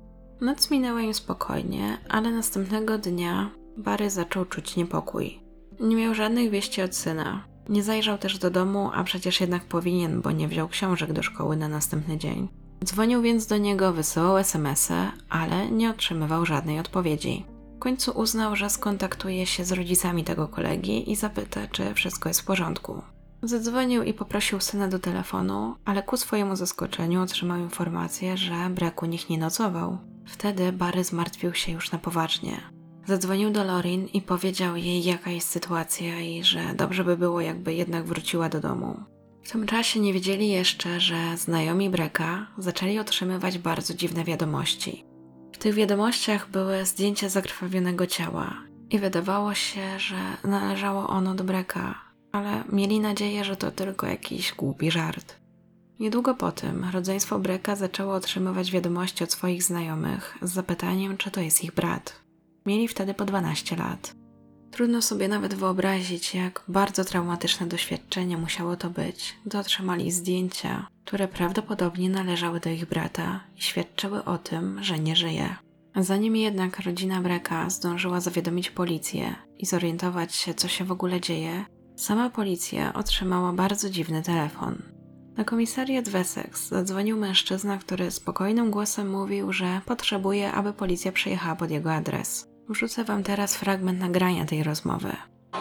Noc minęła im spokojnie, ale następnego dnia Barry zaczął czuć niepokój. Nie miał żadnych wieści od syna. Nie zajrzał też do domu, a przecież jednak powinien, bo nie wziął książek do szkoły na następny dzień. Dzwonił więc do niego, wysyłał es em es y, ale nie otrzymywał żadnej odpowiedzi. W końcu uznał, że skontaktuje się z rodzicami tego kolegi i zapyta, czy wszystko jest w porządku. Zadzwonił i poprosił syna do telefonu, ale ku swojemu zaskoczeniu otrzymał informację, że Breck u nich nie nocował. Wtedy Barry zmartwił się już na poważnie. Zadzwonił do Lorin i powiedział jej, jaka jest sytuacja i że dobrze by było, jakby jednak wróciła do domu. W tym czasie nie wiedzieli jeszcze, że znajomi Brecka zaczęli otrzymywać bardzo dziwne wiadomości. W tych wiadomościach były zdjęcia zakrwawionego ciała i wydawało się, że należało ono do Brecka, ale mieli nadzieję, że to tylko jakiś głupi żart. Niedługo po tym rodzeństwo Brecka zaczęło otrzymywać wiadomości od swoich znajomych z zapytaniem, czy to jest ich brat. Mieli wtedy po dwanaście lat. Trudno sobie nawet wyobrazić, jak bardzo traumatyczne doświadczenie musiało to być, gdy otrzymali zdjęcia, które prawdopodobnie należały do ich brata i świadczyły o tym, że nie żyje. Zanim jednak rodzina Brecka zdążyła zawiadomić policję i zorientować się, co się w ogóle dzieje, sama policja otrzymała bardzo dziwny telefon. Na komisariat w Essex zadzwonił mężczyzna, który spokojnym głosem mówił, że potrzebuje, aby policja przyjechała pod jego adres. Wrzucę wam teraz fragment nagrania tej rozmowy.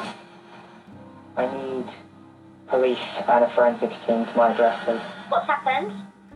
I need police and a forensics team to my address, please. What's happened?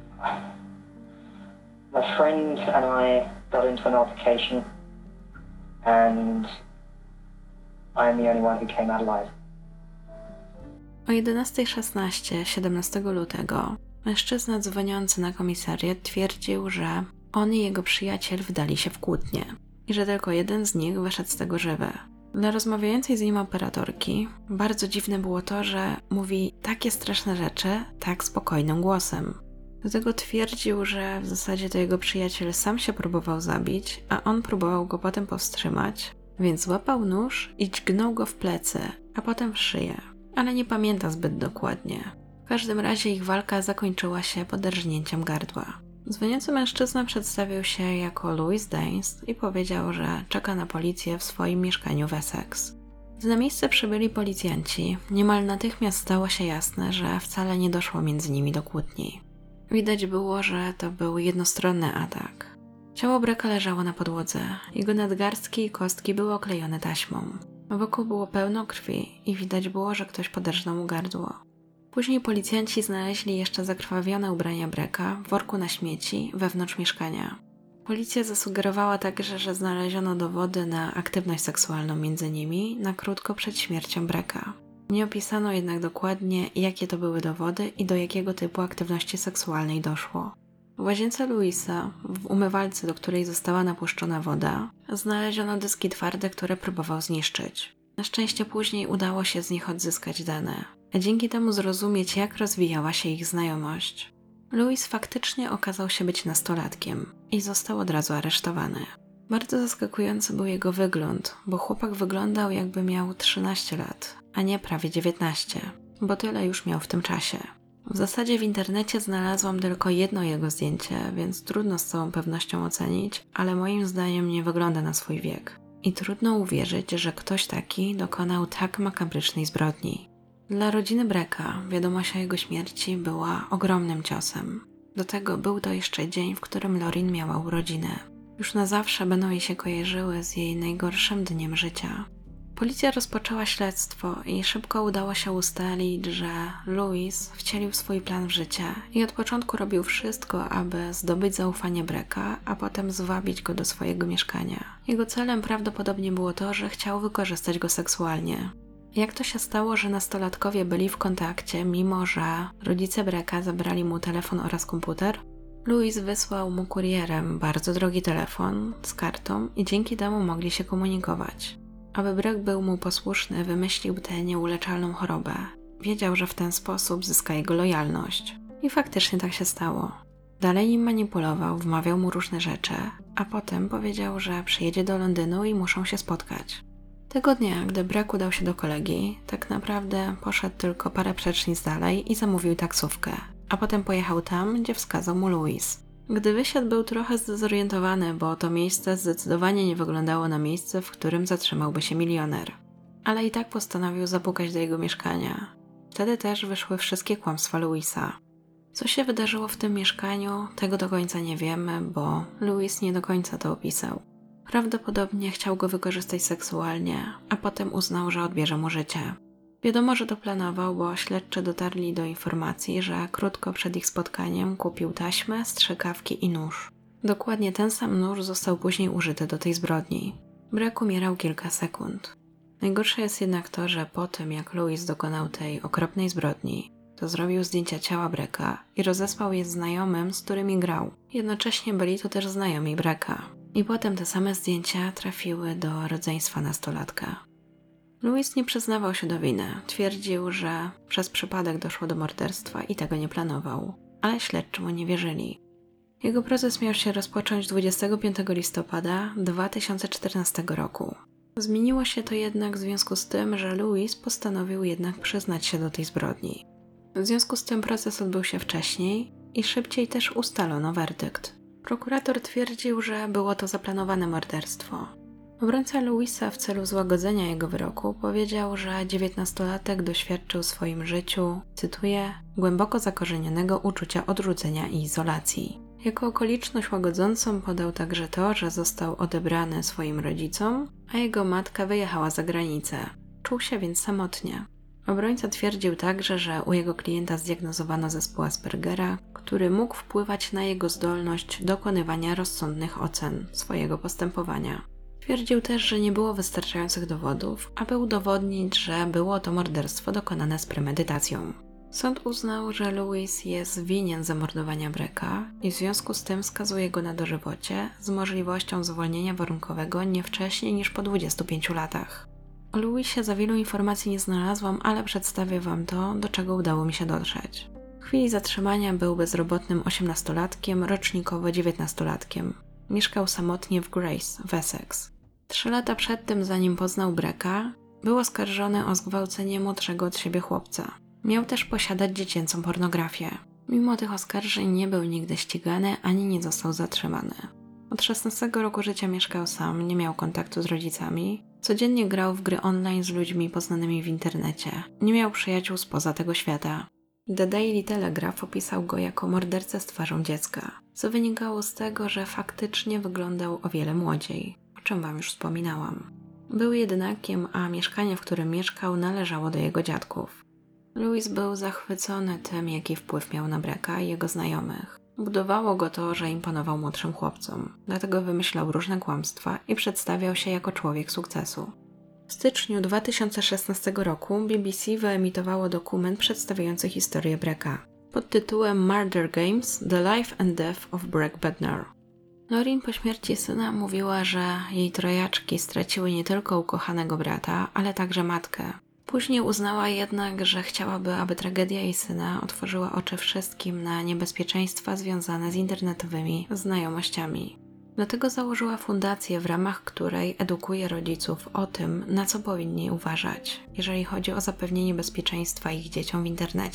My friend and I got into an altercation, and I'm the only one who came out alive. O jedenasta szesnaście siedemnastego lutego mężczyzna dzwoniący na komisariat twierdził, że on i jego przyjaciel wdali się w kłótnię i że tylko jeden z nich wyszedł z tego żywy. Dla rozmawiającej z nim operatorki bardzo dziwne było to, że mówi takie straszne rzeczy tak spokojnym głosem. Do tego twierdził, że w zasadzie to jego przyjaciel sam się próbował zabić, a on próbował go potem powstrzymać, więc złapał nóż i dźgnął go w plecy, a potem w szyję. Ale nie pamięta zbyt dokładnie. W każdym razie ich walka zakończyła się poderżnięciem gardła. Dzwoniący mężczyzna przedstawił się jako Louis Daines i powiedział, że czeka na policję w swoim mieszkaniu w Essex. Gdy na miejsce przybyli policjanci, niemal natychmiast stało się jasne, że wcale nie doszło między nimi do kłótni. Widać było, że to był jednostronny atak. Ciało Brecka leżało na podłodze, jego nadgarstki i kostki były oklejone taśmą. Wokół było pełno krwi i widać było, że ktoś poderżnął mu gardło. Później policjanci znaleźli jeszcze zakrwawione ubrania Brecka w worku na śmieci wewnątrz mieszkania. Policja zasugerowała także, że znaleziono dowody na aktywność seksualną między nimi na krótko przed śmiercią Brecka. Nie opisano jednak dokładnie, jakie to były dowody i do jakiego typu aktywności seksualnej doszło. W łazience Louisa, w umywalce, do której została napuszczona woda, znaleziono dyski twarde, które próbował zniszczyć. Na szczęście później udało się z nich odzyskać dane, a dzięki temu zrozumieć, jak rozwijała się ich znajomość. Louis faktycznie okazał się być nastolatkiem i został od razu aresztowany. Bardzo zaskakujący był jego wygląd, bo chłopak wyglądał, jakby miał trzynaście lat, a nie prawie dziewiętnaście, bo tyle już miał w tym czasie. W zasadzie w internecie znalazłam tylko jedno jego zdjęcie, więc trudno z całą pewnością ocenić, ale moim zdaniem nie wygląda na swój wiek. I trudno uwierzyć, że ktoś taki dokonał tak makabrycznej zbrodni. Dla rodziny Brecka wiadomość o jego śmierci była ogromnym ciosem. Do tego był to jeszcze dzień, w którym Lauren miała urodziny. Już na zawsze będą jej się kojarzyły z jej najgorszym dniem życia. Policja rozpoczęła śledztwo i szybko udało się ustalić, że Louis wcielił swój plan w życie i od początku robił wszystko, aby zdobyć zaufanie Brecka, a potem zwabić go do swojego mieszkania. Jego celem prawdopodobnie było to, że chciał wykorzystać go seksualnie. Jak to się stało, że nastolatkowie byli w kontakcie, mimo że rodzice Brecka zabrali mu telefon oraz komputer? Louis wysłał mu kurierem bardzo drogi telefon z kartą i dzięki temu mogli się komunikować. Aby Breck był mu posłuszny, wymyślił tę nieuleczalną chorobę. Wiedział, że w ten sposób zyska jego lojalność. I faktycznie tak się stało. Dalej nim manipulował, wmawiał mu różne rzeczy, a potem powiedział, że przyjedzie do Londynu i muszą się spotkać. Tego dnia, gdy Breck udał się do kolegi, tak naprawdę poszedł tylko parę przecznic dalej i zamówił taksówkę, a potem pojechał tam, gdzie wskazał mu Louis. Gdy wysiadł, był trochę zdezorientowany, bo to miejsce zdecydowanie nie wyglądało na miejsce, w którym zatrzymałby się milioner. Ale i tak postanowił zapukać do jego mieszkania. Wtedy też wyszły wszystkie kłamstwa Louisa. Co się wydarzyło w tym mieszkaniu, tego do końca nie wiemy, bo Louis nie do końca to opisał. Prawdopodobnie chciał go wykorzystać seksualnie, a potem uznał, że odbierze mu życie. Wiadomo, że to planował, bo śledczy dotarli do informacji, że krótko przed ich spotkaniem kupił taśmę, strzykawki i nóż. Dokładnie ten sam nóż został później użyty do tej zbrodni. Breck umierał kilka sekund. Najgorsze jest jednak to, że po tym, jak Louis dokonał tej okropnej zbrodni, to zrobił zdjęcia ciała Brecka i rozesłał je znajomym, z którymi grał. Jednocześnie byli to też znajomi Brecka. I potem te same zdjęcia trafiły do rodzeństwa nastolatka. Louis nie przyznawał się do winy. Twierdził, że przez przypadek doszło do morderstwa i tego nie planował. Ale śledczy mu nie wierzyli. Jego proces miał się rozpocząć dwudziestego piątego listopada dwa tysiące czternastego roku. Zmieniło się to jednak w związku z tym, że Louis postanowił jednak przyznać się do tej zbrodni. W związku z tym proces odbył się wcześniej i szybciej też ustalono werdykt. Prokurator twierdził, że było to zaplanowane morderstwo. Obrońca Louisa w celu złagodzenia jego wyroku powiedział, że dziewiętnastolatek doświadczył w swoim życiu, cytuję, głęboko zakorzenionego uczucia odrzucenia i izolacji. Jako okoliczność łagodzącą podał także to, że został odebrany swoim rodzicom, a jego matka wyjechała za granicę. Czuł się więc samotnie. Obrońca twierdził także, że u jego klienta zdiagnozowano zespół Aspergera, który mógł wpływać na jego zdolność dokonywania rozsądnych ocen swojego postępowania. Twierdził też, że nie było wystarczających dowodów, aby udowodnić, że było to morderstwo dokonane z premedytacją. Sąd uznał, że Louis jest winien zamordowania Brecka i w związku z tym skazuje go na dożywocie z możliwością zwolnienia warunkowego nie wcześniej niż po dwudziestu pięciu latach. O Louisie za wielu informacji nie znalazłam, ale przedstawię wam to, do czego udało mi się dotrzeć. W chwili zatrzymania był bezrobotnym osiemnastolatkiem, rocznikowo dziewiętnastolatkiem. Mieszkał samotnie w Grace w Essex. Trzy lata przed tym, zanim poznał Brecka, był oskarżony o zgwałcenie młodszego od siebie chłopca. Miał też posiadać dziecięcą pornografię. Mimo tych oskarżeń nie był nigdy ścigany ani nie został zatrzymany. Od szesnastego roku życia mieszkał sam, nie miał kontaktu z rodzicami. Codziennie grał w gry online z ludźmi poznanymi w internecie. Nie miał przyjaciół spoza tego świata. The Daily Telegraph opisał go jako mordercę z twarzą dziecka, co wynikało z tego, że faktycznie wyglądał o wiele młodziej, o czym wam już wspominałam. Był jedynakiem, a mieszkanie, w którym mieszkał, należało do jego dziadków. Louis był zachwycony tym, jaki wpływ miał na Brecka i jego znajomych. Budowało go to, że imponował młodszym chłopcom, dlatego wymyślał różne kłamstwa i przedstawiał się jako człowiek sukcesu. W styczniu dwa tysiące szesnastego roku B B C wyemitowało dokument przedstawiający historię Brecka pod tytułem Murder Games – The Life and Death of Breck Bednar. Lauren po śmierci syna mówiła, że jej trojaczki straciły nie tylko ukochanego brata, ale także matkę. Później uznała jednak, że chciałaby, aby tragedia jej syna otworzyła oczy wszystkim na niebezpieczeństwa związane z internetowymi znajomościami. Dlatego założyła fundację, w ramach której edukuje rodziców o tym, na co powinni uważać, jeżeli chodzi o zapewnienie bezpieczeństwa ich dzieciom w internecie.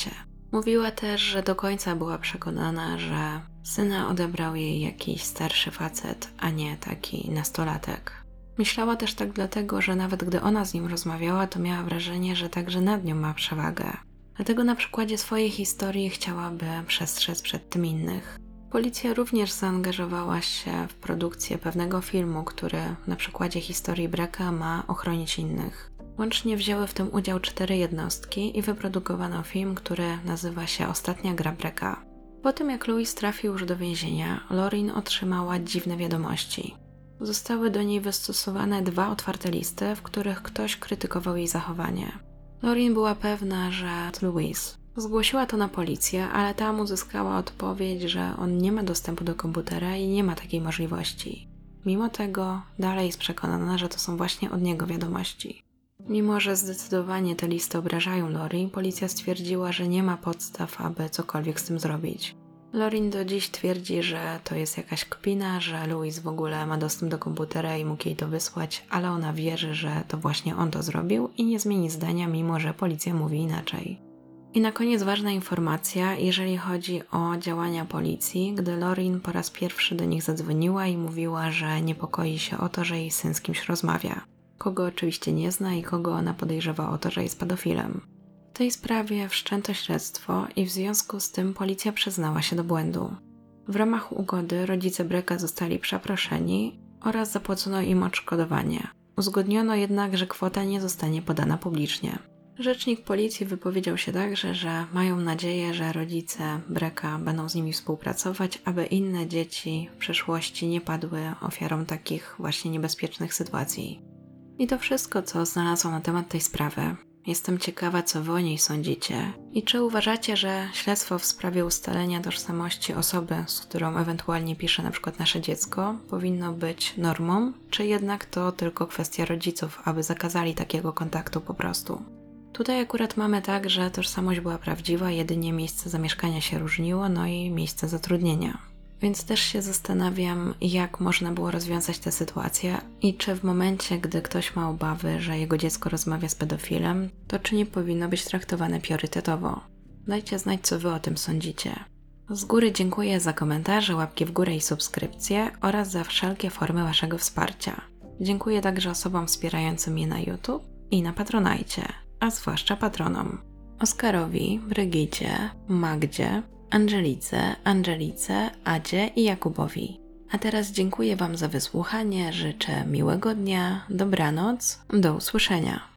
Mówiła też, że do końca była przekonana, że syna odebrał jej jakiś starszy facet, a nie taki nastolatek. Myślała też tak dlatego, że nawet gdy ona z nim rozmawiała, to miała wrażenie, że także nad nią ma przewagę. Dlatego na przykładzie swojej historii chciałaby przestrzec przed tym innych. Policja również zaangażowała się w produkcję pewnego filmu, który na przykładzie historii Brecka ma ochronić innych. Łącznie wzięły w tym udział cztery jednostki i wyprodukowano film, który nazywa się Ostatnia gra Brecka. Po tym jak Louis trafił już do więzienia, Lauren otrzymała dziwne wiadomości. Zostały do niej wystosowane dwa otwarte listy, w których ktoś krytykował jej zachowanie. Lauren była pewna, że to Louis. Zgłosiła to na policję, ale tam uzyskała odpowiedź, że on nie ma dostępu do komputera i nie ma takiej możliwości. Mimo tego dalej jest przekonana, że to są właśnie od niego wiadomości. Mimo że zdecydowanie te listy obrażają Lauren, policja stwierdziła, że nie ma podstaw, aby cokolwiek z tym zrobić. Lauren do dziś twierdzi, że to jest jakaś kpina, że Louis w ogóle ma dostęp do komputera i mógł jej to wysłać, ale ona wierzy, że to właśnie on to zrobił i nie zmieni zdania, mimo że policja mówi inaczej. I na koniec ważna informacja, jeżeli chodzi o działania policji, gdy Lauren po raz pierwszy do nich zadzwoniła i mówiła, że niepokoi się o to, że jej syn z kimś rozmawia. Kogo oczywiście nie zna i kogo ona podejrzewa o to, że jest pedofilem. W tej sprawie wszczęto śledztwo i w związku z tym policja przyznała się do błędu. W ramach ugody rodzice Brecka zostali przeproszeni oraz zapłacono im odszkodowanie. Uzgodniono jednak, że kwota nie zostanie podana publicznie. Rzecznik policji wypowiedział się także, że mają nadzieję, że rodzice Brecka będą z nimi współpracować, aby inne dzieci w przyszłości nie padły ofiarą takich właśnie niebezpiecznych sytuacji. I to wszystko, co znalazłam na temat tej sprawy. Jestem ciekawa, co wy o niej sądzicie i czy uważacie, że śledztwo w sprawie ustalenia tożsamości osoby, z którą ewentualnie pisze na przykład nasze dziecko, powinno być normą, czy jednak to tylko kwestia rodziców, aby zakazali takiego kontaktu po prostu. Tutaj akurat mamy tak, że tożsamość była prawdziwa, jedynie miejsce zamieszkania się różniło, no i miejsce zatrudnienia. Więc też się zastanawiam, jak można było rozwiązać tę sytuację i czy w momencie, gdy ktoś ma obawy, że jego dziecko rozmawia z pedofilem, to czy nie powinno być traktowane priorytetowo. Dajcie znać, co wy o tym sądzicie. Z góry dziękuję za komentarze, łapki w górę i subskrypcje oraz za wszelkie formy waszego wsparcia. Dziękuję także osobom wspierającym mnie na YouTube i na Patronajcie, a zwłaszcza patronom. Oskarowi, Brygicie, Magdzie, Angelice, Angelice, Adzie i Jakubowi. A teraz dziękuję wam za wysłuchanie, życzę miłego dnia, dobranoc, do usłyszenia.